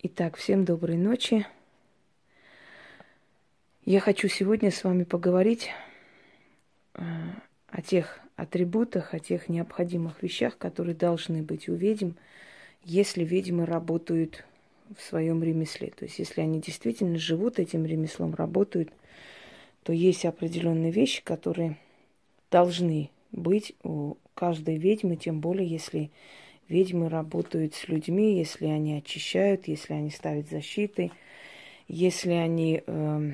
Итак, всем доброй ночи. Я хочу сегодня с вами поговорить о тех атрибутах, о тех необходимых вещах, которые должны быть у ведьм, если ведьмы работают в своем ремесле. То есть, если они действительно живут этим ремеслом, работают, то есть определенные вещи, которые должны быть у каждой ведьмы, тем более, если ведьмы работают с людьми, если они очищают, если они ставят защиты, если они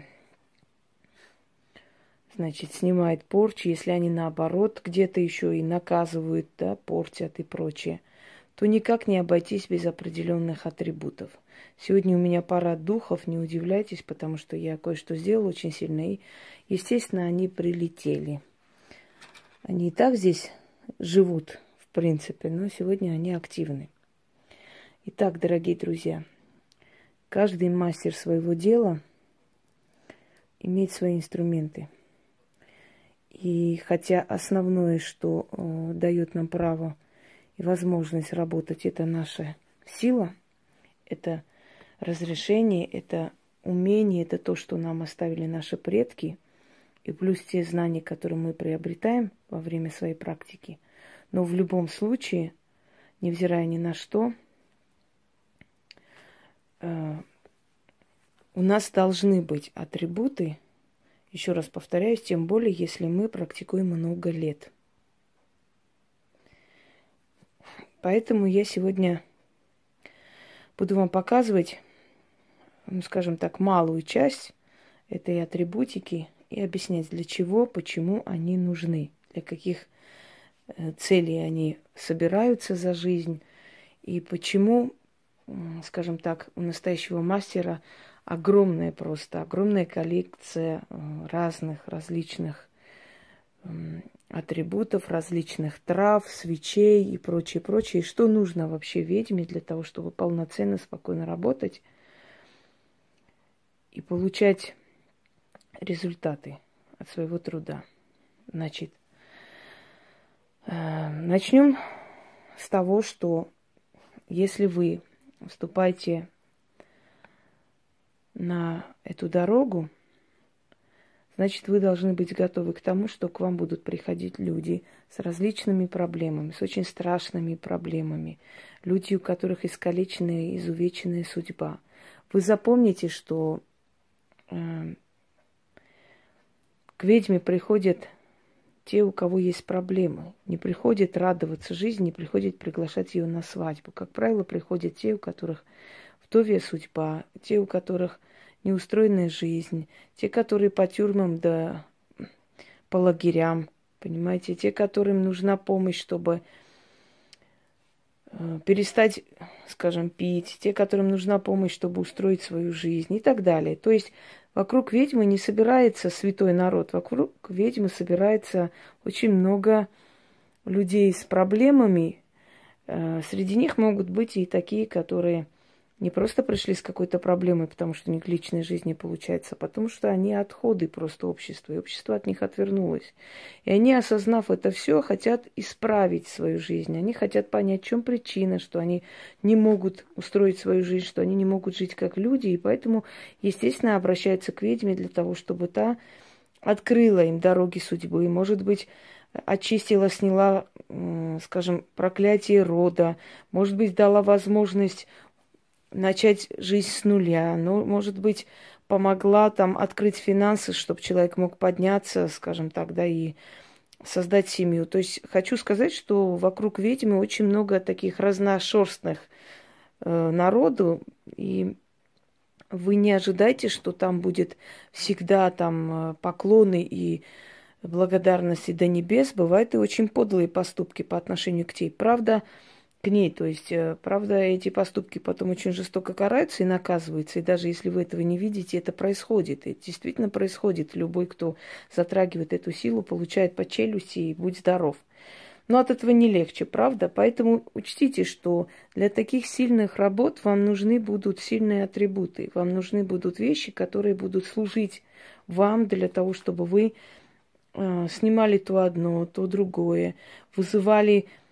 снимают порчу, если они наоборот где-то еще и наказывают, да, портят и прочее, то никак не обойтись без определенных атрибутов. Сегодня у меня парад духов, не удивляйтесь, потому что я кое-что сделала очень сильно, и, естественно, они прилетели. Они и так здесь живут, в принципе, но сегодня они активны. Итак, дорогие друзья, каждый мастер своего дела имеет свои инструменты. И хотя основное, что дает нам право и возможность работать, это наша сила, это разрешение, это умение, это то, что нам оставили наши предки, и плюс те знания, которые мы приобретаем во время своей практики. Но в любом случае, невзирая ни на что, у нас должны быть атрибуты. Еще раз повторяюсь, тем более, если мы практикуем много лет. Поэтому я сегодня буду вам показывать, скажем так, малую часть этой атрибутики и объяснять, для чего, почему они нужны, для каких целей они собираются за жизнь и почему, скажем так, у настоящего мастера огромная коллекция различных атрибутов, различных трав, свечей и прочее, прочее. Что нужно вообще ведьме для того, чтобы полноценно, спокойно работать и получать результаты от своего труда. Значит, начнем с того, что если вы вступаете на эту дорогу, значит, вы должны быть готовы к тому, что к вам будут приходить люди с различными проблемами, с очень страшными проблемами, люди, у которых искалеченная, изувеченная судьба. Вы запомните, что к ведьме приходят те, у кого есть проблемы. Не приходят радоваться жизни, не приходят приглашать ее на свадьбу. Как правило, приходят те, у которых вдовья судьба, те, у которых неустроенная жизнь, те, которые по тюрьмам да по лагерям, понимаете, те, которым нужна помощь, чтобы перестать, скажем, пить, те, которым нужна помощь, чтобы устроить свою жизнь и так далее. То есть вокруг ведьмы не собирается святой народ, вокруг ведьмы собирается очень много людей с проблемами. Среди них могут быть и такие, которые не просто пришли с какой-то проблемой, потому что у них личная жизнь не получается, а потому что они отходы просто общества, и общество от них отвернулось. И они, осознав это все, хотят исправить свою жизнь. Они хотят понять, в чем причина, что они не могут устроить свою жизнь, что они не могут жить как люди, и поэтому, естественно, обращаются к ведьме для того, чтобы та открыла им дороги судьбы, и, может быть, очистила, сняла, скажем, проклятие рода, может быть, дала возможность начать жизнь с нуля, ну, может быть, помогла там открыть финансы, чтобы человек мог подняться, скажем так, да, и создать семью. То есть хочу сказать, что вокруг ведьмы очень много таких разношерстных народу, и вы не ожидайте, что там будет всегда там поклоны и благодарности до небес. Бывают и очень подлые поступки по отношению к ней. Правда, то есть, правда, эти поступки потом очень жестоко караются и наказываются. И даже если вы этого не видите, это происходит. И действительно происходит. Любой, кто затрагивает эту силу, получает по челюсти и будь здоров. Но от этого не легче, правда? Поэтому учтите, что для таких сильных работ вам нужны будут сильные атрибуты. Вам нужны будут вещи, которые будут служить вам для того, чтобы вы снимали то одно, то другое, вызывали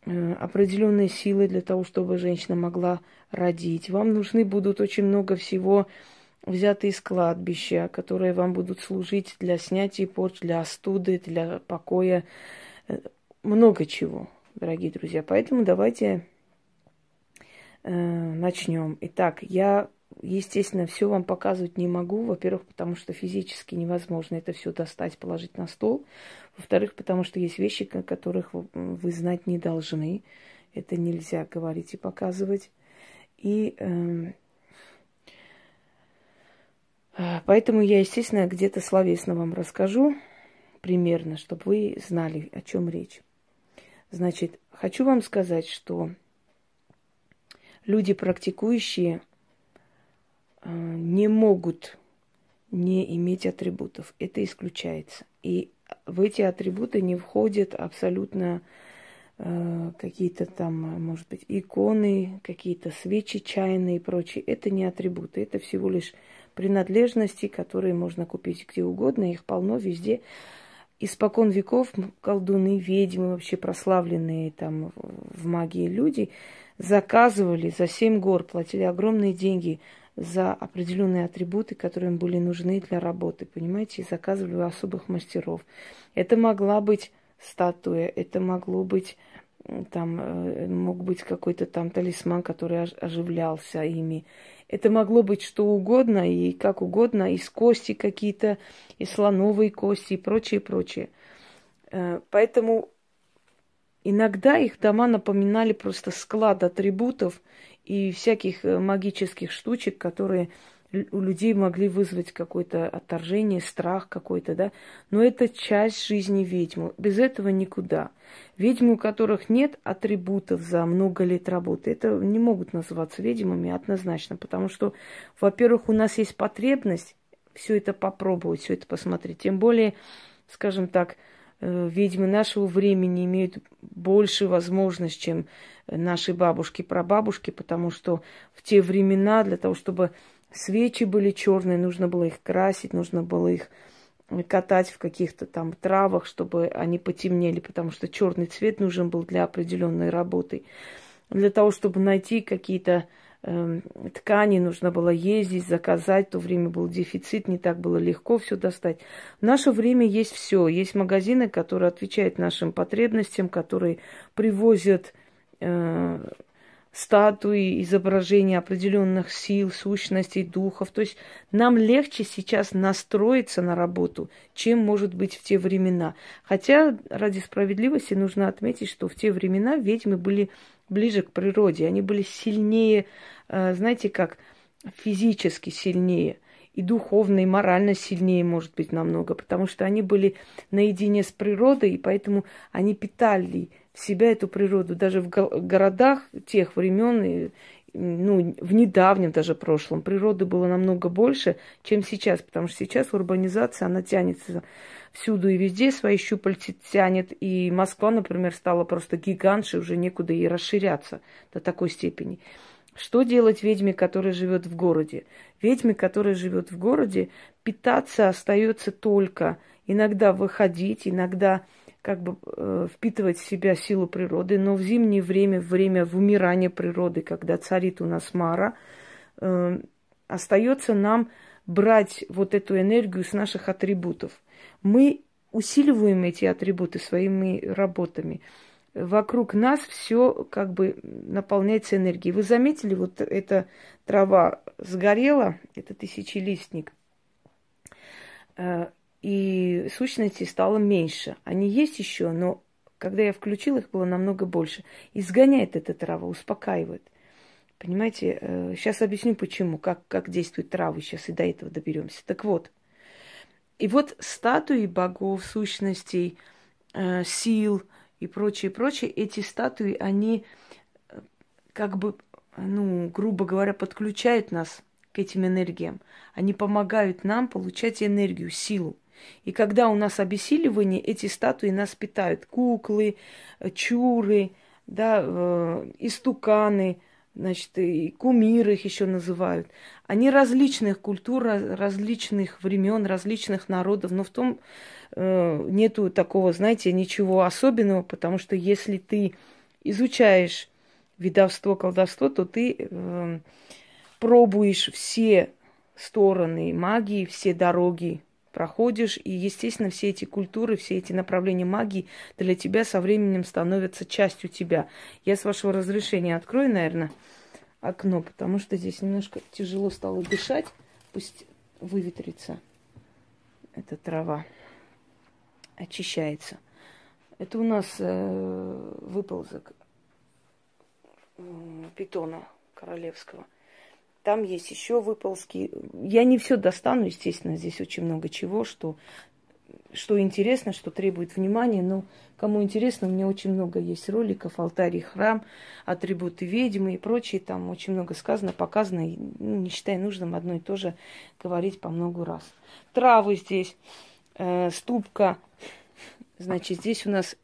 определенные силы для того, чтобы женщина могла родить. Вам нужны будут очень много всего, взятые из кладбища, которые вам будут служить для снятия порч, для остуды, для покоя, много чего, дорогие друзья. Поэтому давайте начнем. Итак, я, естественно, все вам показывать не могу. Во-первых, потому что физически невозможно это все достать, положить на стол. Во-вторых, потому что есть вещи, которых вы знать не должны. Это нельзя говорить и показывать. И поэтому я, естественно, где-то словесно вам расскажу примерно, чтобы вы знали, о чем речь. Значит, хочу вам сказать, что люди, практикующие, не могут не иметь атрибутов. Это исключается. И в эти атрибуты не входят абсолютно какие-то там, может быть, иконы, какие-то свечи чайные и прочее. Это не атрибуты, это всего лишь принадлежности, которые можно купить где угодно, их полно везде. Испокон веков колдуны, ведьмы, вообще прославленные там в магии люди заказывали за 7 гор, платили огромные деньги за определенные атрибуты, которые им были нужны для работы, понимаете, и заказывали у особых мастеров. Это могла быть статуя, это могло быть там, мог быть какой-то там талисман, который оживлялся ими. Это могло быть что угодно и как угодно, из кости какие-то, из слоновой кости и прочее, прочее. Поэтому иногда их дома напоминали просто склад атрибутов и всяких магических штучек, которые у людей могли вызвать какое-то отторжение, страх какой-то, да. Но это часть жизни ведьмы. Без этого никуда. Ведьмы, у которых нет атрибутов за много лет работы, это не могут называться ведьмами однозначно, потому что, во-первых, у нас есть потребность все это попробовать, все это посмотреть. Тем более, скажем так, ведьмы нашего времени имеют больше возможность, чем наши бабушки, прабабушки, потому что в те времена для того, чтобы свечи были черные, нужно было их красить, нужно было их катать в каких-то там травах, чтобы они потемнели, потому что черный цвет нужен был для определенной работы. Для того, чтобы найти какие-то ткани, нужно было ездить, заказать. В то время был дефицит, не так было легко все достать. В наше время есть все. Есть магазины, которые отвечают нашим потребностям, которые привозят статуи, изображения определенных сил, сущностей, духов. То есть нам легче сейчас настроиться на работу, чем может быть в те времена. Хотя ради справедливости нужно отметить, что в те времена ведьмы были ближе к природе. Они были сильнее, знаете, как физически сильнее. И духовно, и морально сильнее, может быть, намного. Потому что они были наедине с природой, и поэтому они питали в себя эту природу. Даже в городах тех времен, ну, в недавнем даже прошлом, природы было намного больше, чем сейчас. Потому что сейчас урбанизация, она тянется всюду и везде, свои щупальцы тянет. И Москва, например, стала просто гигантшей, уже некуда ей расширяться до такой степени. Что делать ведьме, которая живет в городе? Ведьме, которая живет в городе, питаться остается только иногда выходить, иногда как бы впитывать в себя силу природы, но в зимнее время, время вымирания природы, когда царит у нас Мара, остается нам брать вот эту энергию с наших атрибутов. Мы усиливаем эти атрибуты своими работами. Вокруг нас все как бы наполняется энергией. Вы заметили, вот эта трава сгорела, это тысячелистник, и сущностей стало меньше. Они есть еще, но когда я включила, их было намного больше. Изгоняет эта трава, успокаивает. Понимаете, сейчас объясню почему, как действуют травы, сейчас и до этого доберемся. Так вот, и вот статуи богов, сущностей, сил и прочее, прочее, эти статуи, они как бы, ну, грубо говоря, подключают нас к этим энергиям. Они помогают нам получать энергию, силу. И когда у нас обессиливание, эти статуи нас питают. Куклы, чуры, да, истуканы, значит, и кумиры их еще называют. Они различных культур, различных времен, различных народов, но в том нету такого, знаете, ничего особенного, потому что если ты изучаешь ведовство, колдовство, то ты пробуешь все стороны магии, все дороги проходишь, и, естественно, все эти культуры, все эти направления магии для тебя со временем становятся частью тебя. Я, с вашего разрешения, открою, наверное, окно, потому что здесь немножко тяжело стало дышать. Пусть выветрится эта трава, очищается. Это у нас выползок питона королевского. Там есть еще выползки. Я не все достану, естественно, здесь очень много чего, что интересно, что требует внимания. Но кому интересно, у меня очень много есть роликов, алтарь и храм, атрибуты ведьмы и прочее. Там очень много сказано, показано. Не считаю нужным одно и то же говорить по много раз. Травы здесь, ступка. Значит, здесь у нас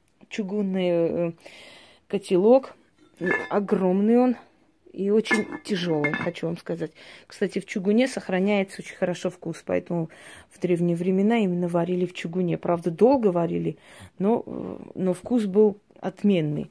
чугунный котелок. Огромный он. И очень тяжелый, хочу вам сказать. Кстати, в чугуне сохраняется очень хорошо вкус, поэтому в древние времена именно варили в чугуне. Правда, долго варили, но вкус был отменный.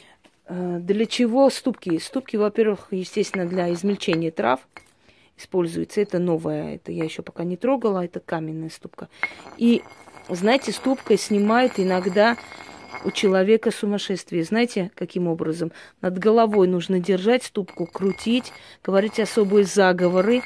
Для чего ступки? Ступки, во-первых, естественно, для измельчения трав используются. Это новая, это я еще пока не трогала, это каменная ступка. И, знаете, ступкой снимают иногда у человека сумасшествие. Знаете, каким образом? Над головой нужно держать ступку, крутить, говорить особые заговоры.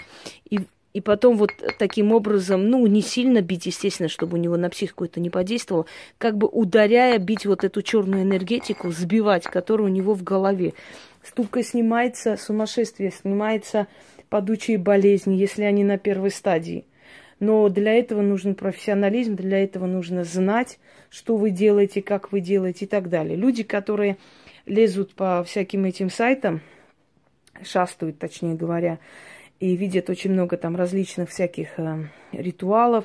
И потом вот таким образом, не сильно бить, естественно, чтобы у него на психику это не подействовало, как бы ударяя, бить вот эту черную энергетику, сбивать, которая у него в голове. Ступкой снимается сумасшествие, снимается падучие болезни, если они на первой стадии. Но для этого нужен профессионализм, для этого нужно знать, что вы делаете, как вы делаете и так далее. Люди, которые лезут по всяким этим сайтам, шастают, точнее говоря, и видят очень много там различных всяких ритуалов,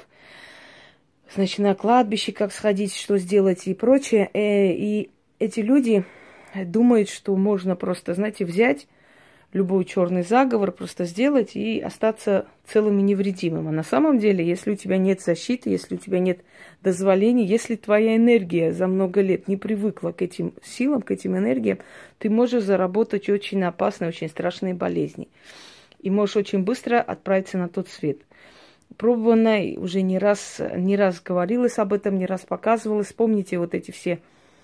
значит, на кладбище, как сходить, что сделать и прочее. И эти люди думают, что можно просто, знаете, взять любой черный заговор, просто сделать и остаться целым и невредимым. А на самом деле, если у тебя нет защиты, если у тебя нет дозволений, если твоя энергия за много лет не привыкла к этим силам, к этим энергиям, ты можешь заработать очень опасные, очень страшные болезни. И можешь очень быстро отправиться на тот свет. Пробовано, уже не раз говорилось об этом, не раз показывалось. Вспомните вот эти все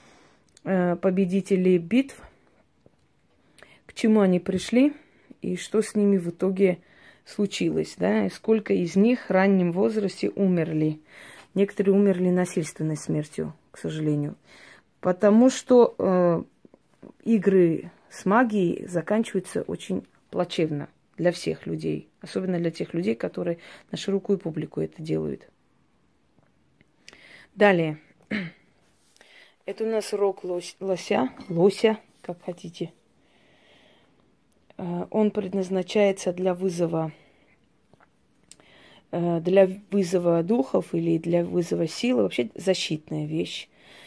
победители битв, к чему они пришли и что с ними в итоге случилось, да, и сколько из них в раннем возрасте умерли. Некоторые умерли насильственной смертью, к сожалению. Потому что игры с магией заканчиваются очень плачевно для всех людей. Особенно для тех людей, которые на широкую публику это делают. Далее. Это у нас рог лося, как хотите. Он предназначается для вызова духов или для вызова силы. Вообще защитная вещь.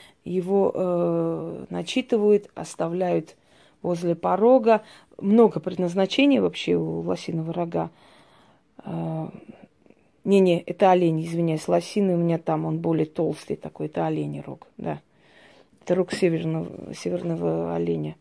Его начитывают, оставляют возле порога. Много предназначений вообще у лосиного рога. Это олень, извиняюсь. Лосиный у меня там, он более толстый такой. Это оленей рог, да. Это рог северного оленя.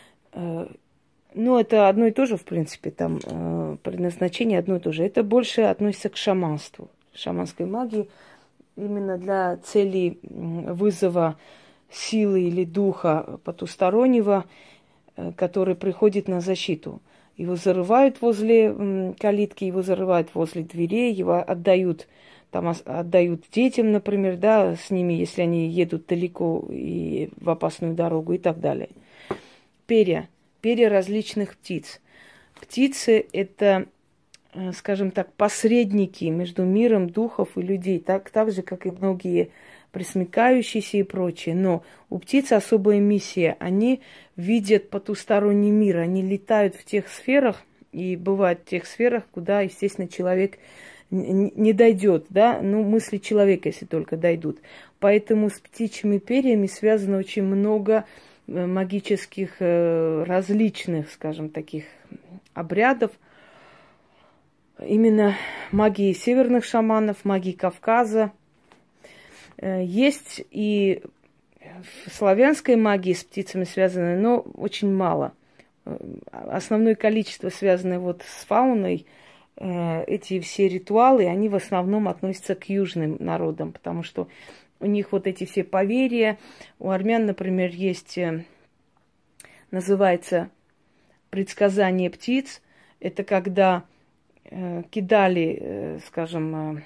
Это одно и то же, в принципе, там предназначение одно и то же. Это больше относится к шаманству, шаманской магии, именно для целей вызова силы или духа потустороннего, который приходит на защиту. Его зарывают возле калитки, его зарывают возле дверей, его отдают детям, например, да, с ними, если они едут далеко и в опасную дорогу и так далее. Перья различных птиц. Птицы – это, скажем так, посредники между миром духов и людей, так же, как и многие пресмыкающиеся и прочее. Но у птиц особая миссия. Они видят потусторонний мир, они летают в тех сферах, и бывают в тех сферах, куда, естественно, человек не дойдет, да, мысли человека, если только дойдут. Поэтому с птичьими перьями связано очень много магических различных, скажем, таких обрядов. Именно магии северных шаманов, магии Кавказа. Есть и славянской магии с птицами связаны, но очень мало. Основное количество связано вот с фауной. Эти все ритуалы, они в основном относятся к южным народам, потому что у них вот эти все поверья. У армян, например, есть, называется предсказание птиц. Это когда кидали, скажем,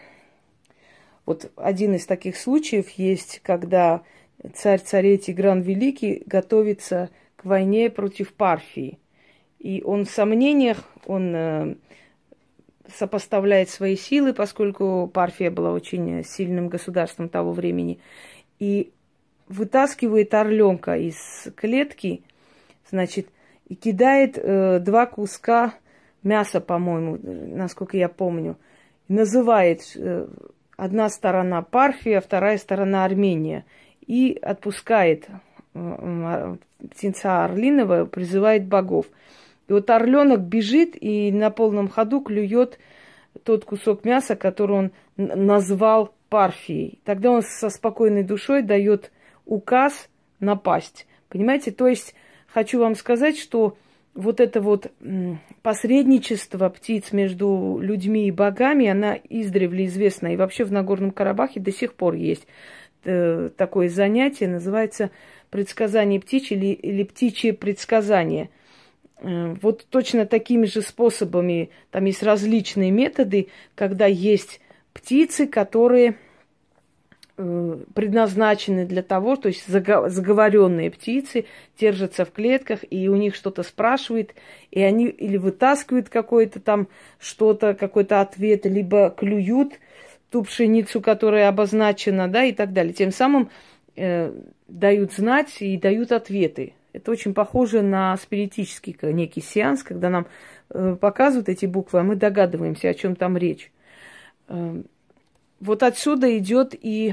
вот один из таких случаев есть, когда царь царей Тигран Великий готовится к войне против Парфии. И он в сомнениях, он сопоставляет свои силы, поскольку Парфия была очень сильным государством того времени, и вытаскивает орленка из клетки, значит, и кидает 2 куска мяса, по-моему, насколько я помню. И называет одна сторона Парфия, вторая сторона Армения. И отпускает птенца орлиного, призывает богов. И вот орленок бежит и на полном ходу клюет тот кусок мяса, который он назвал Парфией. Тогда он со спокойной душой дает указ напасть. Понимаете? То есть хочу вам сказать, что вот это вот посредничество птиц между людьми и богами, она издревле известна. И вообще в Нагорном Карабахе до сих пор есть такое занятие, называется предсказание птичье или птичье предсказание. Вот точно такими же способами, там есть различные методы, когда есть птицы, которые предназначены для того, то есть заговоренные птицы держатся в клетках, и у них что-то спрашивают, и они или вытаскивают какое-то там что-то, какой-то ответ, либо клюют ту пшеницу, которая обозначена, да, и так далее. Тем самым дают знать и дают ответы. Это очень похоже на спиритический некий сеанс, когда нам показывают эти буквы, а мы догадываемся, о чем там речь. Вот отсюда идет и,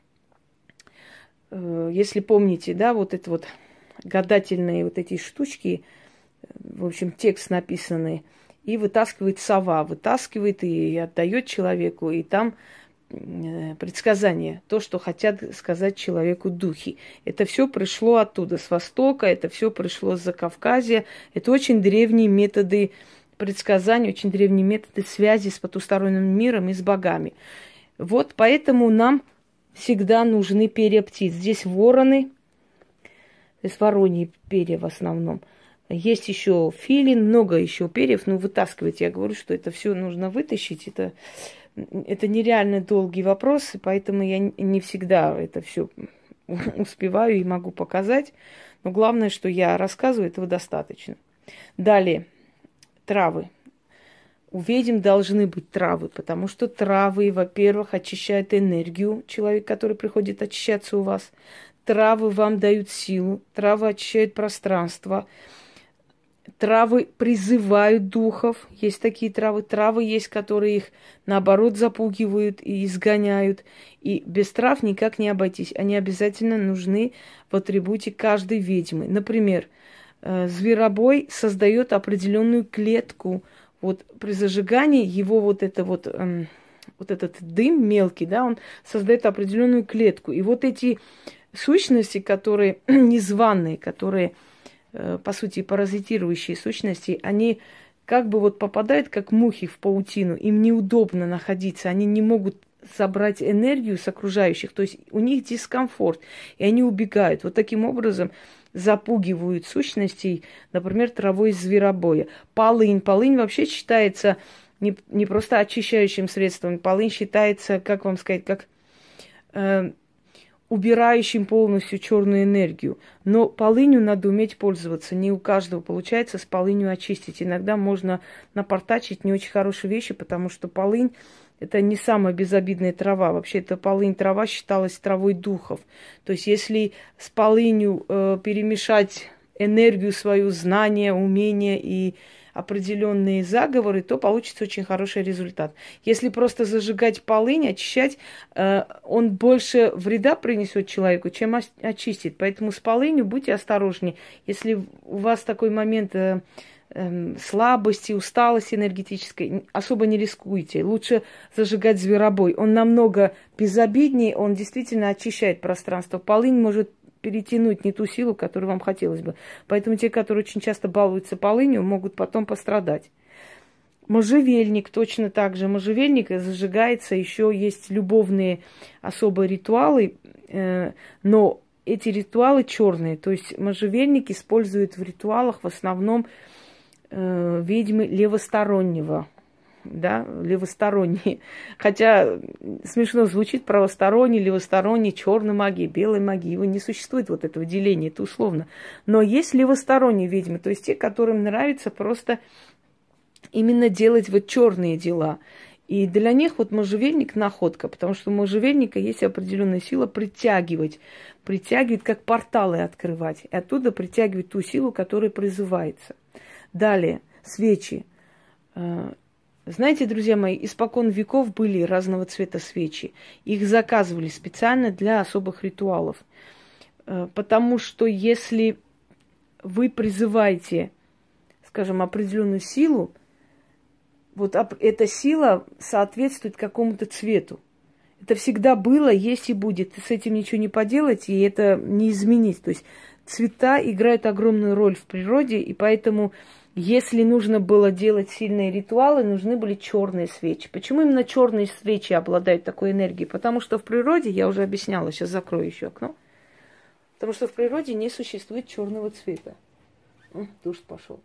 если помните, да, вот это вот гадательные вот эти штучки, в общем, текст написанный, и вытаскивает сова, вытаскивает и отдает человеку, и там предсказания, то, что хотят сказать человеку духи. Это все пришло оттуда, с Востока, это все пришло с Закавказья. Это очень древние методы предсказаний, очень древние методы связи с потусторонним миром и с богами. Вот поэтому нам всегда нужны перья птиц. Здесь вороны, то есть вороньи перья в основном. Есть еще филин, много еще перьев, но вытаскивать, я говорю, что это все нужно вытащить. Это нереально долгий вопрос, и поэтому я не всегда это все успеваю и могу показать. Но главное, что я рассказываю, этого достаточно. Далее, травы. У ведьм должны быть травы, потому что травы, во-первых, очищают энергию человека, который приходит очищаться у вас. Травы вам дают силу, травы очищают пространство. Травы призывают духов. Есть такие травы. Травы есть, которые их, наоборот, запугивают и изгоняют. И без трав никак не обойтись. Они обязательно нужны в атрибуте каждой ведьмы. Например, зверобой создает определенную клетку. Вот при зажигании его вот этот дым мелкий, да, он создает определенную клетку. И вот эти сущности, которые незваные, которые по сути, паразитирующие сущности, они как бы вот попадают, как мухи в паутину. Им неудобно находиться, они не могут собрать энергию с окружающих, то есть у них дискомфорт, и они убегают. Вот таким образом запугивают сущностей, например, травой из зверобоя. Полынь. Полынь вообще считается не просто очищающим средством, полынь считается, как вам сказать, как убирающим полностью черную энергию. Но полынью надо уметь пользоваться. Не у каждого получается с полынью очистить. Иногда можно напортачить не очень хорошие вещи, потому что полынь – это не самая безобидная трава. Вообще, эта полынь трава считалась травой духов. То есть, если с полынью перемешать энергию свою, знания, умения и определенные заговоры, то получится очень хороший результат. Если просто зажигать полынь, очищать, он больше вреда принесет человеку, чем очистит. Поэтому с полынью будьте осторожнее. Если у вас такой момент слабости, усталости энергетической, особо не рискуйте. Лучше зажигать зверобой. Он намного безобиднее, он действительно очищает пространство. Полынь может перетянуть не ту силу, которую вам хотелось бы. Поэтому те, которые очень часто балуются полынью, могут потом пострадать. Можжевельник точно так же. Можжевельник зажигается, еще есть любовные особые ритуалы, но эти ритуалы черные. То есть можжевельник используют в ритуалах в основном ведьмы левостороннего. Да, левосторонние. Хотя смешно звучит правосторонний, левосторонний, черной магии, белой магии. Его не существует вот этого деления, это условно. Но есть левосторонние ведьмы, то есть те, которым нравится просто именно делать вот черные дела. И для них вот можжевельник находка, потому что у можжевельника есть определенная сила притягивать, как порталы открывать, и оттуда притягивать ту силу, которая призывается. Далее, свечи. Знаете, друзья мои, испокон веков были разного цвета свечи. Их заказывали специально для особых ритуалов. Потому что если вы призываете, скажем, определенную силу, вот эта сила соответствует какому-то цвету. Это всегда было, есть и будет. С этим ничего не поделать, и это не изменить. То есть цвета играют огромную роль в природе, и поэтому... Если нужно было делать сильные ритуалы, нужны были черные свечи. Почему именно черные свечи обладают такой энергией? Потому что в природе, я уже объясняла, сейчас закрою еще окно, потому что в природе не существует черного цвета. Дождь пошел.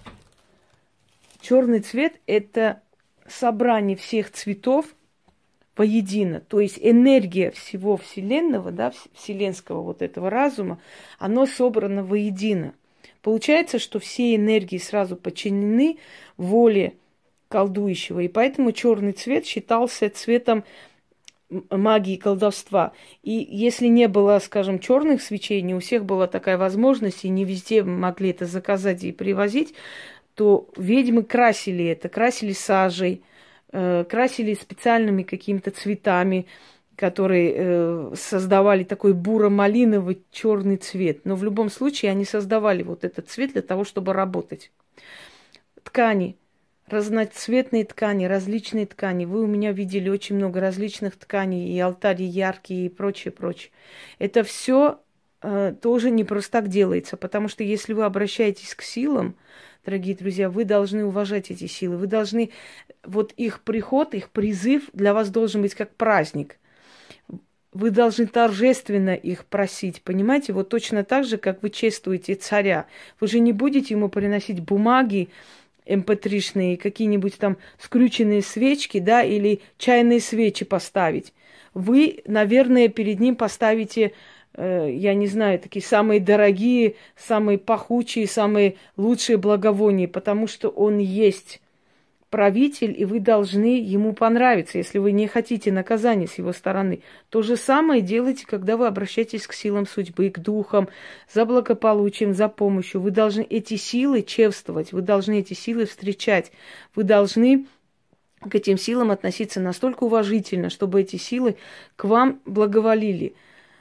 Черный цвет – это собрание всех цветов воедино. То есть энергия всего вселенного, да, вселенского вот этого разума, оно собрано воедино. Получается, что все энергии сразу подчинены воле колдующего, и поэтому черный цвет считался цветом магии, колдовства. И если не было, скажем, черных свечей, не у всех была такая возможность, и не везде могли это заказать и привозить, то ведьмы красили это, красили сажей, красили специальными какими-то цветами, которые создавали такой буро-малиновый черный цвет. Но в любом случае они создавали вот этот цвет для того, чтобы работать. Ткани, разноцветные ткани, различные ткани. Вы у меня видели очень много различных тканей, и алтари яркие, и прочее, прочее. Это все тоже не просто так делается, потому что если вы обращаетесь к силам, дорогие друзья, вы должны уважать эти силы. Вы должны, вот их приход, их призыв для вас должен быть как праздник. Вы должны торжественно их просить, понимаете? Вот точно так же, как вы чествуете царя. Вы же не будете ему приносить бумаги mp3-шные, какие-нибудь там скрюченные свечки, да, или чайные свечи поставить. Вы, наверное, перед ним поставите, я не знаю, такие самые дорогие, самые пахучие, самые лучшие благовония, потому что он есть правитель, и вы должны ему понравиться, если вы не хотите наказания с его стороны. То же самое делайте, когда вы обращаетесь к силам судьбы, к духам, за благополучием, за помощью. Вы должны эти силы чествовать, вы должны эти силы встречать, вы должны к этим силам относиться настолько уважительно, чтобы эти силы к вам благоволили,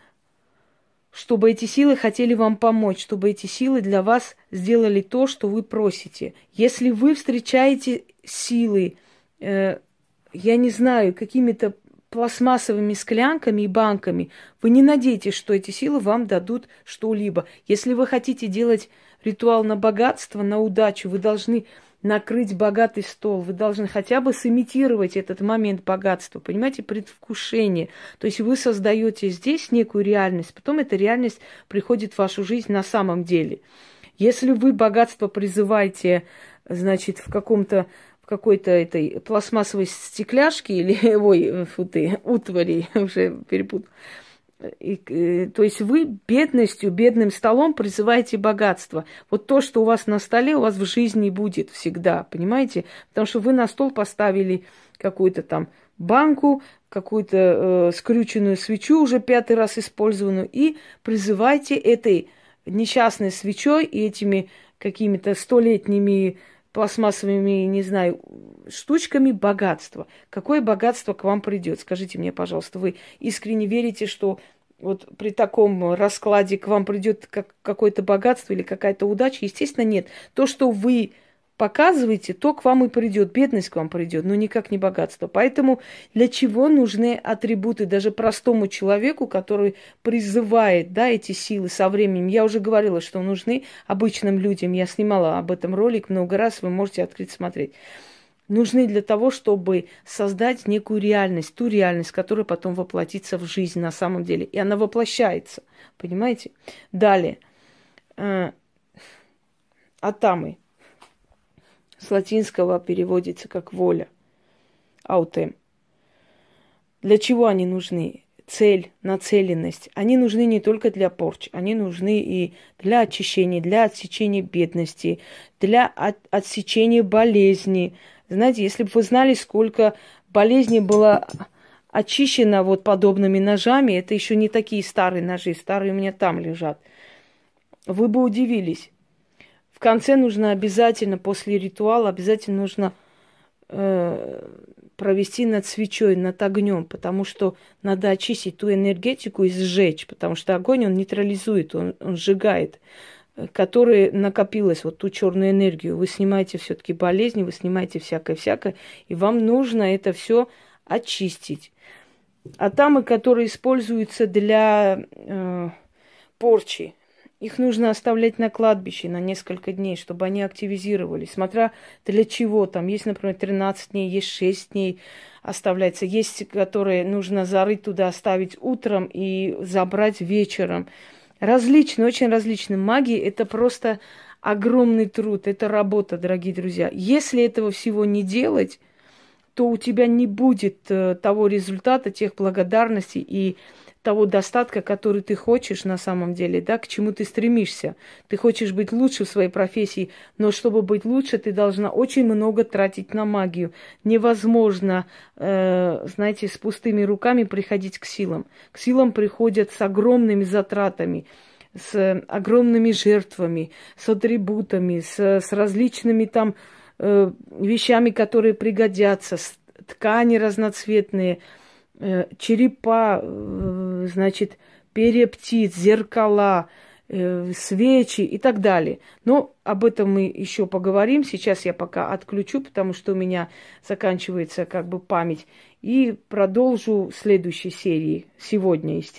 чтобы эти силы хотели вам помочь, чтобы эти силы для вас сделали то, что вы просите. Если вы встречаете силы, я не знаю, какими-то пластмассовыми склянками и банками, вы не надейтесь, что эти силы вам дадут что-либо. Если вы хотите делать ритуал на богатство, на удачу, вы должны накрыть богатый стол, вы должны хотя бы сымитировать этот момент богатства, понимаете, предвкушение. То есть вы создаете здесь некую реальность, потом эта реальность приходит в вашу жизнь на самом деле. Если вы богатство призываете, значит, в какой-то этой пластмассовой стекляшке или, утвари, уже перепутал. То есть вы бедным столом призываете богатство. Вот то, что у вас на столе, у вас в жизни будет всегда, понимаете? Потому что вы на стол поставили какую-то там банку, какую-то скрюченную свечу, уже 5-й раз использованную, и призывайте этой несчастной свечой и этими какими-то 100-летними пластмассовыми, не знаю, штучками богатство. Какое богатство к вам придет? Скажите мне, пожалуйста, вы искренне верите, что вот при таком раскладе к вам придет какое-то богатство или какая-то удача? Естественно, нет. То, что вы показываете, то к вам и придет, бедность к вам придет, но никак не богатство. Поэтому для чего нужны атрибуты даже простому человеку, который призывает, да, эти силы со временем? Я уже говорила, что нужны обычным людям. Я снимала об этом ролик много раз, вы можете открыть смотреть. Нужны для того, чтобы создать некую реальность, ту реальность, которая потом воплотится в жизнь на самом деле. И она воплощается, понимаете? Далее. Атамы. С латинского переводится как воля. Аутем. Для чего они нужны? Цель, нацеленность. Они нужны не только для порч, они нужны и для очищения, для отсечения бедности, для отсечения болезни. Знаете, если бы вы знали, сколько болезней было очищено вот подобными ножами, это еще не такие старые ножи, старые у меня там лежат, вы бы удивились. В конце нужно обязательно, после ритуала, обязательно нужно провести над свечой, над огнем, потому что надо очистить ту энергетику и сжечь, потому что огонь, он нейтрализует, он сжигает, которая накопилась, вот ту черную энергию. Вы снимаете все-таки болезни, вы снимаете всякое-всякое, и вам нужно это все очистить. Атамы, которые используются для порчи, их нужно оставлять на кладбище на несколько дней, чтобы они активизировались. Смотря для чего. Там есть, например, 13 дней, есть 6 дней оставляется. Есть, которые нужно зарыть туда, оставить утром и забрать вечером. Различные, очень различные. Магии – это просто огромный труд, это работа, дорогие друзья. Если этого всего не делать, то у тебя не будет того результата, тех благодарностей и того достатка, который ты хочешь на самом деле, да, к чему ты стремишься. Ты хочешь быть лучше в своей профессии, но чтобы быть лучше, ты должна очень много тратить на магию. Невозможно, знаете, с пустыми руками приходить к силам. К силам приходят с огромными затратами, с огромными жертвами, с атрибутами, с различными там вещами, которые пригодятся, ткани разноцветные, черепа, значит, перья птиц, зеркала, свечи и так далее. Но об этом мы еще поговорим. Сейчас я пока отключу, потому что у меня заканчивается как бы память. И продолжу в следующей серии. Сегодня, естественно.